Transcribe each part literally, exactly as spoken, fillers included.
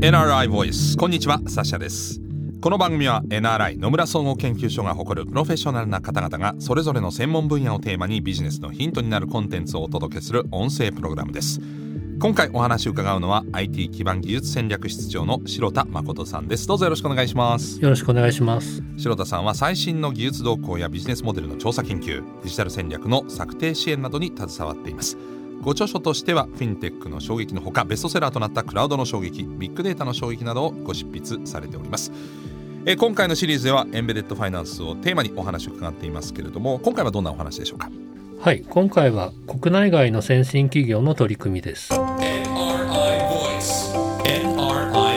エヌアールアイ ボイス、こんにちは、サシャです。この番組は エヌアールアイ 野村総合研究所が誇るプロフェッショナルな方々がそれぞれの専門分野をテーマにビジネスのヒントになるコンテンツをお届けする音声プログラムです。今回お話を伺うのは アイティー 基盤技術戦略室長の城田誠さんです。どうぞよろしくお願いします。 よろしくお願いします。 城田さんは最新の技術動向やビジネスモデルの調査研究、デジタル戦略の策定支援などに携わっています。ご著書としてはフィンテックの衝撃のほか、ベストセラーとなったクラウドの衝撃、ビッグデータの衝撃などをご執筆されております。え今回のシリーズではエンベデッドファイナンスをテーマにお話を伺っていますけれども、今回はどんなお話でしょうか。 はい、今回は国内外の先進企業の取り組みです。 エヌアールアイ Voice エヌアールアイ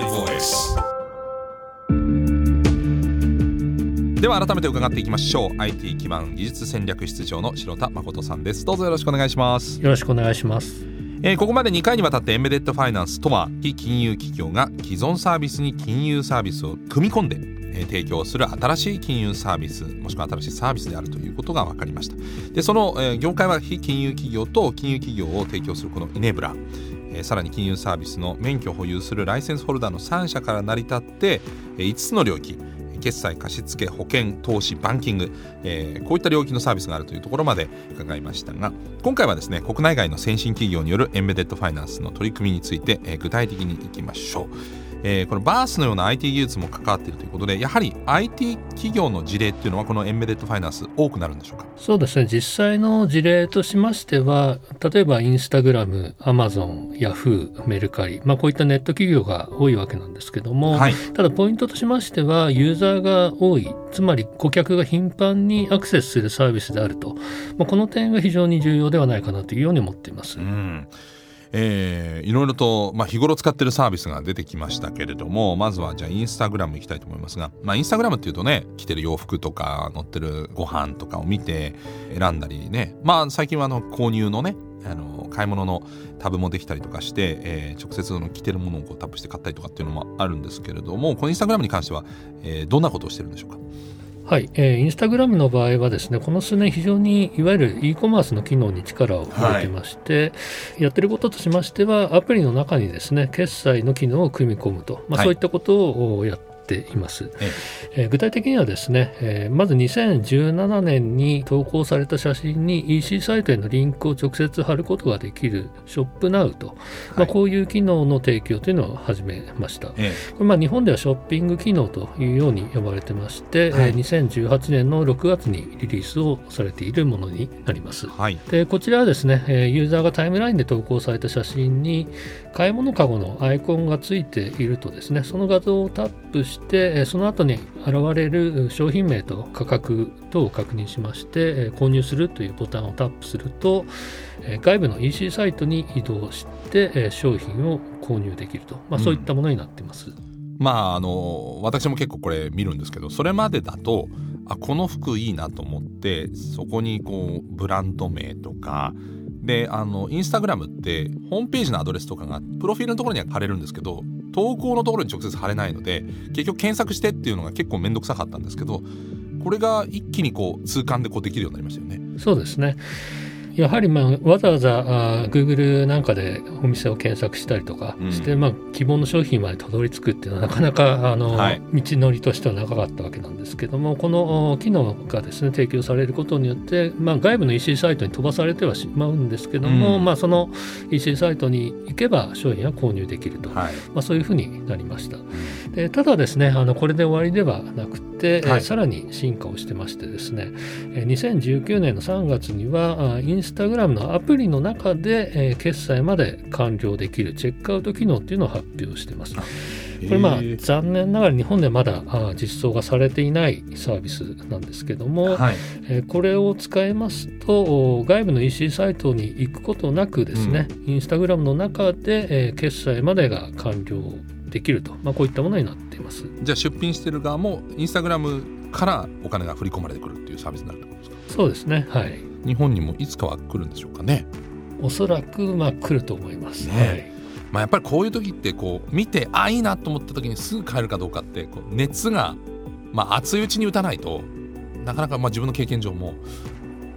Voice では改めて伺っていきましょう。 アイティー 基盤技術戦略室長の城田誠さんです。どうぞよろしくお願いします。 よろしくお願いします。 えー、ここまでにかいにわたってエンベデッドファイナンスとは、非金融企業が既存サービスに金融サービスを組み込んで、えー、提供する新しい金融サービス、もしくは新しいサービスであるということが分かりました。でその、えー、業界は非金融企業と金融企業を提供するこのイネブラ、えー、さらに金融サービスの免許を保有するライセンスホルダーのさん社から成り立って、えー、いつつの領域、決済、貸付、保険、投資、バンキング、えー、こういった領域のサービスがあるというところまで伺いましたが、今回はですね、国内外の先進企業によるエンベデッドファイナンスの取り組みについて、えー、具体的にいきましょう。えー、この バース のような アイティー 技術も関わっているということで、やはり アイティー 企業の事例っていうのはこのエンベデッドファイナンス多くなるんでしょうか。 そうですね、実際の事例としましては、例えばインスタグラム、アマゾン、ヤフー、メルカリ、まあ、こういったネット企業が多いわけなんですけども、はい、ただポイントとしましてはユーザーが多い、つまり顧客が頻繁にアクセスするサービスであると、まあ、この点が非常に重要ではないかなというように思っています。 うんえー、いろいろと、まあ、日頃使ってるサービスが出てきましたけれども、まずはじゃあインスタグラム行きたいと思いますが、まあ、インスタグラムっていうとね、着てる洋服とか載ってるご飯とかを見て選んだりね、まあ最近はあの購入のね、あの買い物のタブもできたりとかして、えー、直接の着てるものをこうタップして買ったりとかっていうのもあるんですけれども、このインスタグラムに関しては、えー、どんなことをしてるんでしょうか。 はい、えー、インスタグラムの場合はですね、この数年非常にいわゆる e コマースの機能に力を入れてまして、はい、やってることとしましては、アプリの中にですね、決済の機能を組み込むと、まあ、そういったことをやってています。えー、具体的にはですね、えー、まずにせんじゅうななねんに投稿された写真に イーシー サイトへのリンクを直接貼ることができるショップナウと、はい、まあ、こういう機能の提供というのを始めました。えー、これまあ日本ではショッピング機能というように呼ばれてまして、はい、えー、にせんじゅうはちねんのろくがつにリリースをされているものになります。はい、でこちらはですね、ユーザーがタイムラインで投稿された写真に買い物カゴのアイコンがついているとですね、その画像をタップしてその後に現れる商品名と価格等を確認しまして購入するというボタンをタップすると、外部の イーシー サイトに移動して商品を購入できると、まあ、そういったものになっています。うん、 まああの私も結構これ見るんですけど、それまでだとあこの服いいなと思ってそこにこうブランド名とかで、あのインスタグラムってホームページのアドレスとかがプロフィールのところには貼れるんですけど、投稿のところに直接貼れないので、結局検索してっていうのが結構めんどくさかったんですけど、これが一気にこう通貫でこうできるようになりましたよね。 そうですね。やはりまあわざわざあ Google なんかでお店を検索したりとかして、うん、まあ希望の商品までたどり着くっていうのはなかなかあの、はい、道のりとしては長かったわけなんですけども、この機能がですね提供されることによって、まあ、外部の イーシー サイトに飛ばされてはしまうんですけども、うん、まあ、その イーシー サイトに行けば商品は購入できると、はい、まあ、そういうふうになりました。でただですね、あのこれで終わりではなくて、はい、さらに進化をしてましてですね、にせんじゅうきゅうねんのさんがつにはインスタグラムのアプリの中で、えー、決済まで完了できるチェックアウト機能っていうのを発表しています。これまあ残念ながら日本でまだあ実装がされていないサービスなんですけども、はい、えー、これを使いますと外部の イーシー サイトに行くことなくですね、うん、インスタグラムの中で、えー、決済までが完了できると、まあ、こういったものになっています。 じゃあ出品している側もインスタグラムからお金が振り込まれてくるっていうサービスになるってことですか。 そうですね、はい。 日本にもいつかは来るんでしょうかね。 おそらくまあ来ると思いますね。はい、 まあ、やっぱりこういう時ってこう見てあいいなと思った時にすぐ買えるかどうかってこう熱が、まあ、熱いうちに打たないとなかなかまあ自分の経験上も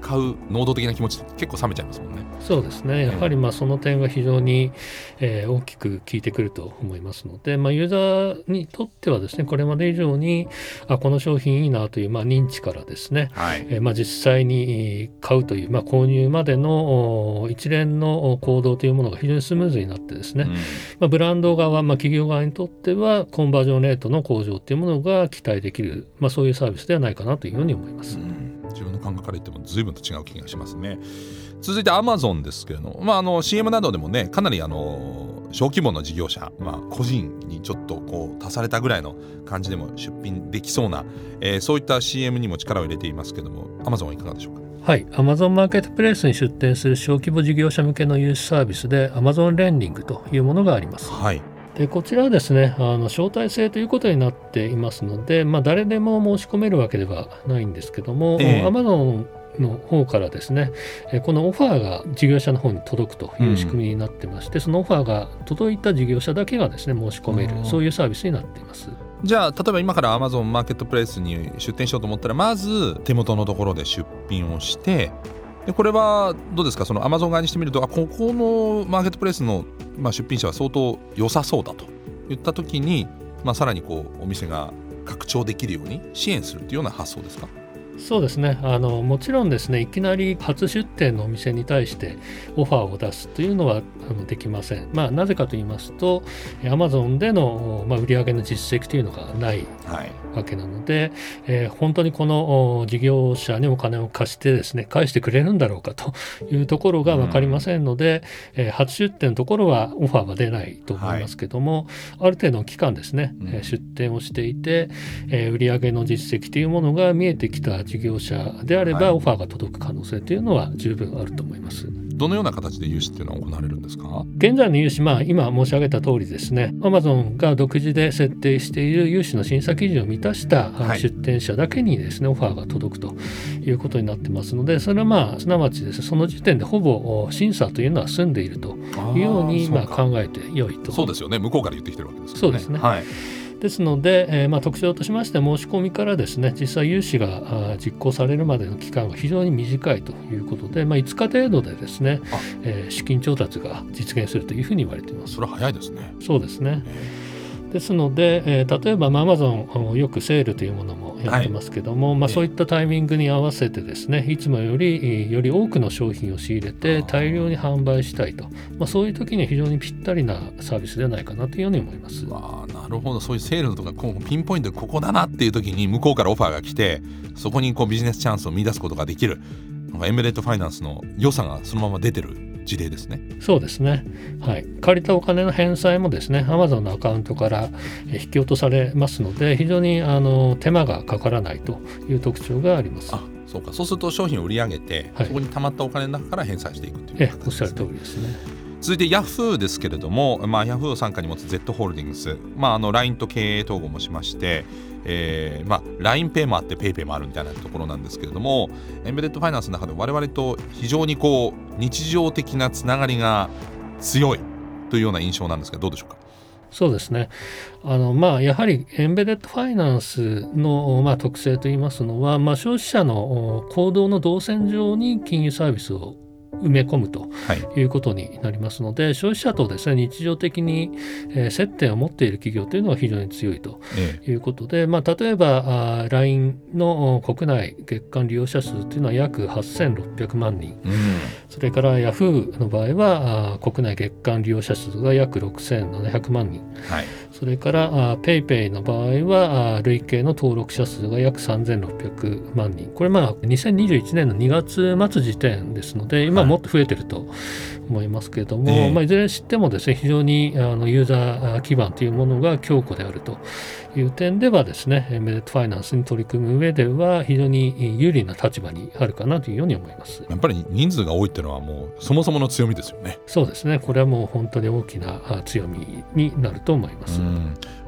買う能動的な気持ち結構冷めちゃいますもんね。 そうですね、やはりまあその点が非常に、えー、大きく効いてくると思いますので、まあ、ユーザーにとってはですねこれまで以上にあこの商品いいなというまあ認知からですね、はいえーまあ、実際に買うという、まあ、購入までの一連の行動というものが非常にスムーズになってですね、うんまあ、ブランド側、まあ、企業側にとってはコンバージョンレートの向上というものが期待できる、まあ、そういうサービスではないかなというふうに思います、うん、 自分の感覚から言っても随分と違う気がしますね。続いて Amazon ですけれども、まあ、あの シーエム などでもねかなりあの小規模な事業者、まあ、個人にちょっとこう足されたぐらいの感じでも出品できそうな、えー、そういった シーエム にも力を入れていますけれども Amazon はいかがでしょうか。 はい、Amazon マーケットプレイスに出店する小規模事業者向けの融資サービスで Amazon レンディングというものがあります、はい、でこちらはですねあの招待制ということになっていますので、まあ、誰でも申し込めるわけではないんですけども、えー、Amazonの方からですねこのオファーが事業者の方に届くという仕組みになってまして、うん、そのオファーが届いた事業者だけがですね申し込めるそういうサービスになっています。 じゃあ例えば今から Amazon マーケットプレイスに出店しようと思ったらまず手元のところで出品をしてでこれはどうですかその Amazon 側にしてみるとあここのマーケットプレイスの、まあ、出品者は相当良さそうだと言った時に、まあ、さらにこうお店が拡張できるように支援するというような発想ですか。 そうですねあのもちろんですねいきなり初出店のお店に対してオファーを出すというのはあのできません、まあ、なぜかと言いますと Amazon での、まあ、売上の実績というのがないわけなので、はいえー、本当にこの事業者にお金を貸してですね返してくれるんだろうかというところが分かりませんので、うんえー、初出店のところはオファーは出ないと思いますけども、はい、ある程度の期間ですね、うん、出店をしていて、えー、売上の実績というものが見えてきた事業者であればオファーが届く可能性というのは十分あると思います。 どのような形で融資っていうのは行われるんですか。 現在の融資、まあ、今申し上げた通りですね Amazon が独自で設定している融資の審査基準を満たした出店者だけにですね、はい、オファーが届くということになってますのでそれはまあすなわちですねその時点でほぼ審査というのは済んでいるというようにまあ考えて良いと。 そうですよね向こうから言ってきてるわけですからね。 そうですね、はいですので、えーまあ、特徴としまして申し込みからですね実際融資が実行されるまでの期間が非常に短いということで、まあ、いつか程度でですね、えー、資金調達が実現するというふうに言われています。 それは早いですね。 そうですね。ですので、えー、例えば、まあ、Amazon よくセールというものもやってますけども、はいまあ、そういったタイミングに合わせてですねいつもよりより多くの商品を仕入れて大量に販売したいと、まあ、そういう時には非常にぴったりなサービスではないかなというように思います。 わなるほどそういうセールとかこうピンポイントでここだなっていう時に向こうからオファーが来てそこにこうビジネスチャンスを見出すことができるなんかエンベデッドファイナンスの良さがそのまま出てる事例ですね。 そうですね、はい、借りたお金の返済もですね Amazon のアカウントから引き落とされますので非常にあの手間がかからないという特徴があります。 あそうかそうすると商品を売り上げて、はい、そこに貯まったお金の中から返済していくという形ですね。 えおっしゃる通りですね。 続いて Yahoo ですけれども、まあ、Yahoo を傘下に持つ Z ホールディングス、まあ、あの ライン と経営統合もしまして、えーまあ、ラインペイ もあって PayPay もあるみたいなところなんですけれどもエンベデッドファイナンスの中で我々と非常にこう日常的なつながりが強いというような印象なんですがどうでしょうか。 そうですねあの、まあ、やはりエンベデッドファイナンスの、まあ、特性といいますのは、まあ、消費者の行動の動線上に金融サービスを埋め込むということになりますので、はい、消費者とですね日常的に、えー、接点を持っている企業というのは非常に強いということで、ええまあ、例えばあ ライン の国内月間利用者数というのは約はっせんろっぴゃくまんにん、うん、それから Yahoo の場合はあ国内月間利用者数が約ろくせんななひゃくまんにん、はい、それからあ PayPay の場合はあ累計の登録者数が約さんぜんろっぴゃくまんにんこれまあにせんにじゅういちねんのにがつ末時点ですので今もっと増えてると思いますけれども、えーまあ、いずれにしてもですね非常にあのユーザー基盤というものが強固であるという点ではですねエンベデッドファイナンスに取り組む上では非常に有利な立場にあるかなというように思います。 やっぱり人数が多いっていうのはもうそもそもの強みですよね。 そうですねこれはもう本当に大きな強みになると思います。うん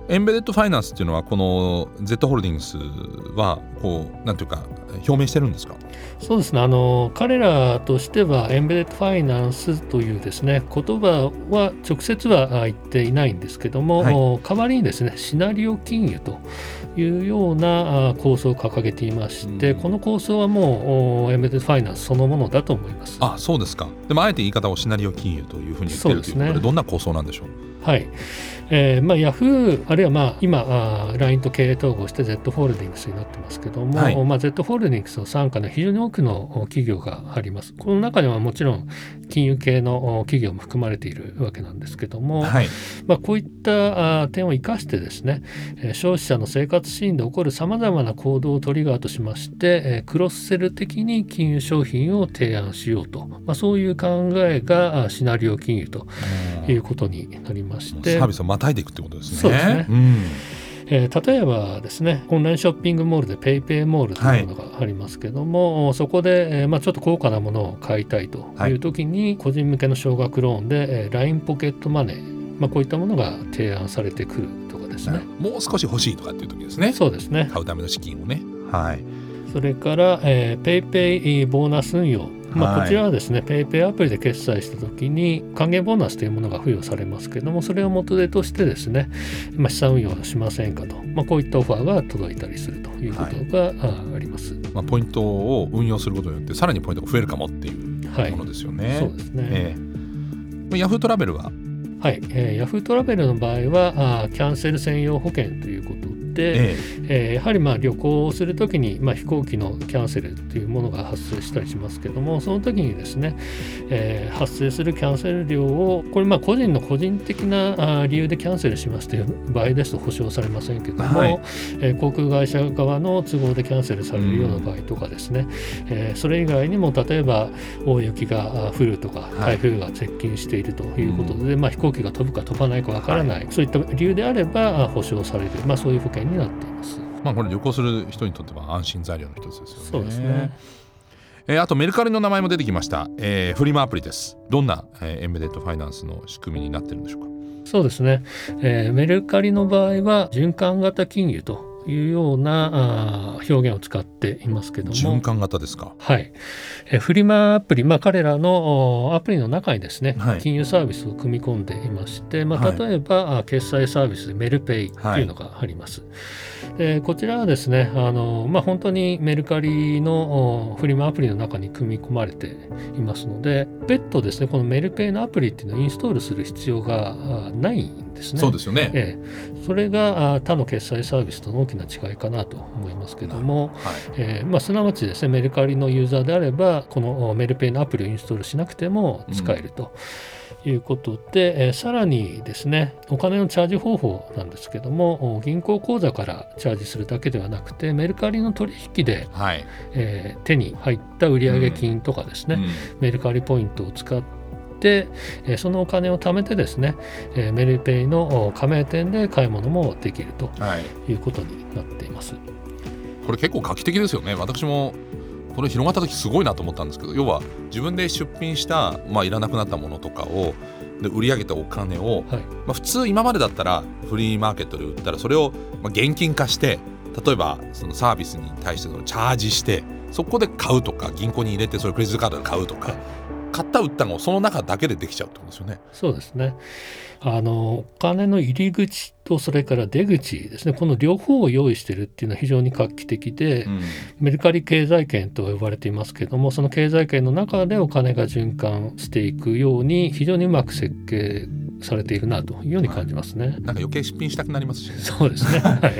エンベデッドファイナンスっていうのはこの Z ホールディングスはこうなんていうか表明してるんですか？ そうですね、あの彼らとしてはエンベデッドファイナンスというですね言葉は直接は言っていないんですけども、はい、代わりにですねシナリオ金融というような構想を掲げていまして、うん、この構想はもうエンベデッドファイナンスそのものだと思います。 あ、そうですか。でもあえて言い方をシナリオ金融というふうに言ってるということで、どんな構想なんでしょう？ はい、えーまあ、ヤフーあるいはまあ今あ ライン と経営統合して Z ホールディングスになってますけども、はい、まあ、Z ホールディングスの傘下には非常に多くの企業があります。この中にはもちろん金融系の企業も含まれているわけなんですけども、はい、まあ、こういった点を生かしてですね消費者の生活シーンで起こるさまざまな行動をトリガーとしましてクロスセル的に金融商品を提案しようと、まあ、そういう考えがシナリオ金融ということになります。サービスをまたいでいくってことですね。 そうですね、うん、えー、例えばですねオンラインショッピングモールでペイペイモールというものがありますけども、はい、そこで、えーまあ、ちょっと高価なものを買いたいという時に、はい、個人向けの少額ローンで、えー、ライン ポケットマネー、まあ、こういったものが提案されてくるとかですね。 もう少し欲しいとかっていう時ですね。 そうですね、 買うための資金をね。はい、 それから、えー、ペイペイボーナス運用、まあ、こちらはですね、はい、ペイペイアプリで決済したときに還元ボーナスというものが付与されますけども、それを元手としてですね、まあ、資産運用しませんかと、まあ、こういったオファーが届いたりするということが、はい、あ, あります。 まあ、ポイントを運用することによってさらにポイントが増えるかもっていうものですよね。 はい、そうですね、えー、ヤフートラベルははい、えー、ヤフートラベルの場合はあキャンセル専用保険ということで、えーえー、やはりまあ旅行をするときに、まあ、飛行機のキャンセルというものが発生したりしますけども、その時にですね、えー、発生するキャンセル料をこれまあ個人の個人的なあ理由でキャンセルしますという場合ですと保証されませんけども、はい、えー、航空会社側の都合でキャンセルされるような場合とかですね、うん、えー、それ以外にも例えば大雪が降るとか台風が接近しているということで、はい、まあ、飛行機が飛ぶか飛ばないかわからない、はい、そういった理由であれば保証される、まあ、そういう保険になっています。 まあ、これ旅行する人にとっては安心材料の一つですよね。 そうですね。 えー、あとメルカリの名前も出てきました、えー、フリマアプリです。どんな、えー、エンベデッドファイナンスの仕組みになっているんでしょうか？ そうですね、えー、メルカリの場合は循環型金融というようなあ表現を使っていますけども、 循環型ですか？ はい、えフリマアプリ、まあ、彼らのアプリの中にですね、はい、金融サービスを組み込んでいまして、まあ、例えば、はい、決済サービスでメルペイというのがあります。はい、えー、こちらはですねあの、まあ、本当にメルカリのフリマアプリの中に組み込まれていますので、別途ですねこのメルペイのアプリっていうのをインストールする必要がないんですね。 そうですよね、 えー、それが他の決済サービスとの大きな違いかなと思いますけども、はい、えーまあ、すなわちですねメルカリのユーザーであればこのメルペイのアプリをインストールしなくても使えると、うん、いうことで、えー、さらにですねお金のチャージ方法なんですけども、銀行口座からチャージするだけではなくてメルカリの取引で、はい、えー、手に入った売上金とかですね、うんうん、メルカリポイントを使ってでそのお金を貯めてですねメルペイの加盟店で買い物もできるということになっています。はい、 これ結構画期的ですよね。私もこれ広がった時すごいなと思ったんですけど、要は自分で出品した、まあ、いらなくなったものとかをで売り上げたお金を、はい、まあ、普通今までだったらフリーマーケットで売ったらそれをまあ現金化して例えばそのサービスに対してのチャージしてそこで買うとか銀行に入れてそれクレジットカードで買うとか、はい、買った売ったのをその中だけでできちゃうってことですよね。 そうですね。あのお金の入り口とそれから出口ですね、この両方を用意しているっていうのは非常に画期的で、うん、メルカリ経済圏と呼ばれていますけども、その経済圏の中でお金が循環していくように非常にうまく設計されているなというように感じますね。はい、 なんか余計出品したくなりますし、ね、 そうですね、はい、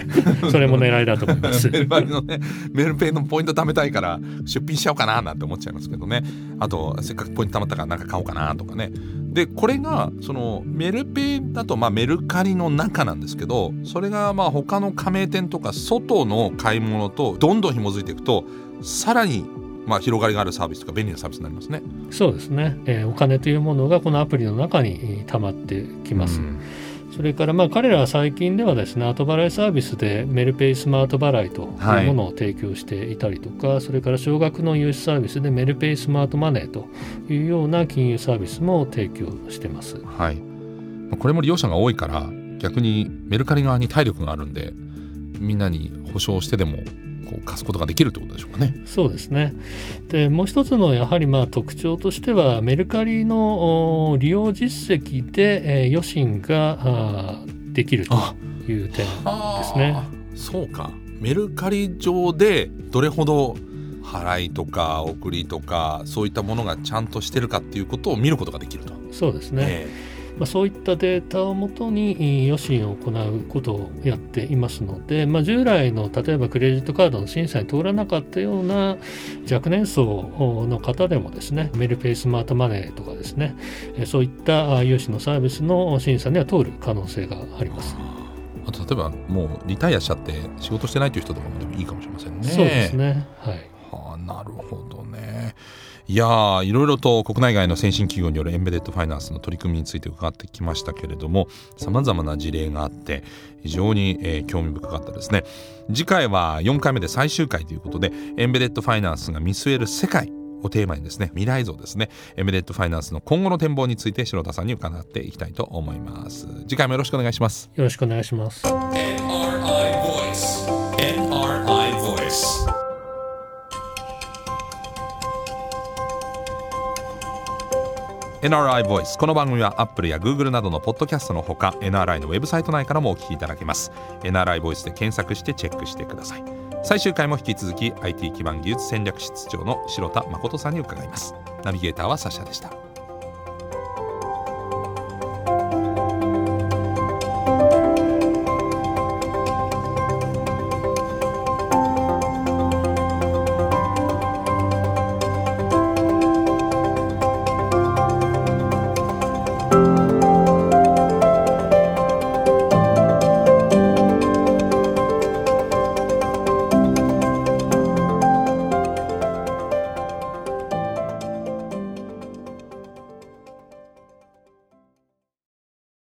それも狙いだと思いますメルカリのねメルペイのポイント貯めたいから出品しちゃおうかななんて思っちゃいますけどね。あとせっかくポイント貯まったからなんか買おうかなとかね。でこれがそのメルペイだとまあメルカリの中なんですけど、それがまあ他の加盟店とか外の買い物とどんどん紐づいていくとさらにまあ広がりがあるサービスとか便利なサービスになりますね。 そうですね、えー、お金というものがこのアプリの中に溜まってきます。うん、それからまあ彼らは最近ではですね後払いサービスでメルペイスマート払いというものを提供していたりとか、はい、それから少額の融資サービスでメルペイスマートマネーというような金融サービスも提供しています。 はい、これも利用者が多いから逆にメルカリ側に体力があるんで、みんなに保証してでもこう貸すことができるということでしょうかね。 そうですね。でもう一つのやはりまあ特徴としては、メルカリの利用実績で、えー、余震ができるという点ですね。 そうか、メルカリ上でどれほど払いとか送りとかそういったものがちゃんとしてるかっていうことを見ることができると。 そうですね、えーまあ、そういったデータをもとに余震を行うことをやっていますので、まあ、従来の例えばクレジットカードの審査に通らなかったような若年層の方でもですね、メルペイスマートマネーとかですね、そういった融資のサービスの審査には通る可能性があります。 あと例えばもうリタイアしちゃって仕事してないという人とかもでもいいかもしれませんね。 そうですね、はい。 はあ、なるほどね。いやー、いろいろと国内外の先進企業によるエンベデッドファイナンスの取り組みについて伺ってきましたけれども、さまざまな事例があって非常に、えー、興味深かったですね。次回はよんかいめで最終回ということで、エンベデッドファイナンスが見据える世界をテーマにですね、未来像ですね、エンベデッドファイナンスの今後の展望について城田さんに伺っていきたいと思います。次回もよろしくお願いします。 よろしくお願いします。 エヌアールアイ Voice エヌアールアイ Voice エヌアールアイ Voice。 この番組は Apple や Google などのポッドキャストのほか エヌアールアイ のウェブサイト内からもお聞きいただけます。 エヌアールアイ Voice で検索してチェックしてください。最終回も引き続き アイティー 基盤技術戦略室長の城田誠さんに伺います。ナビゲーターはサシャでした。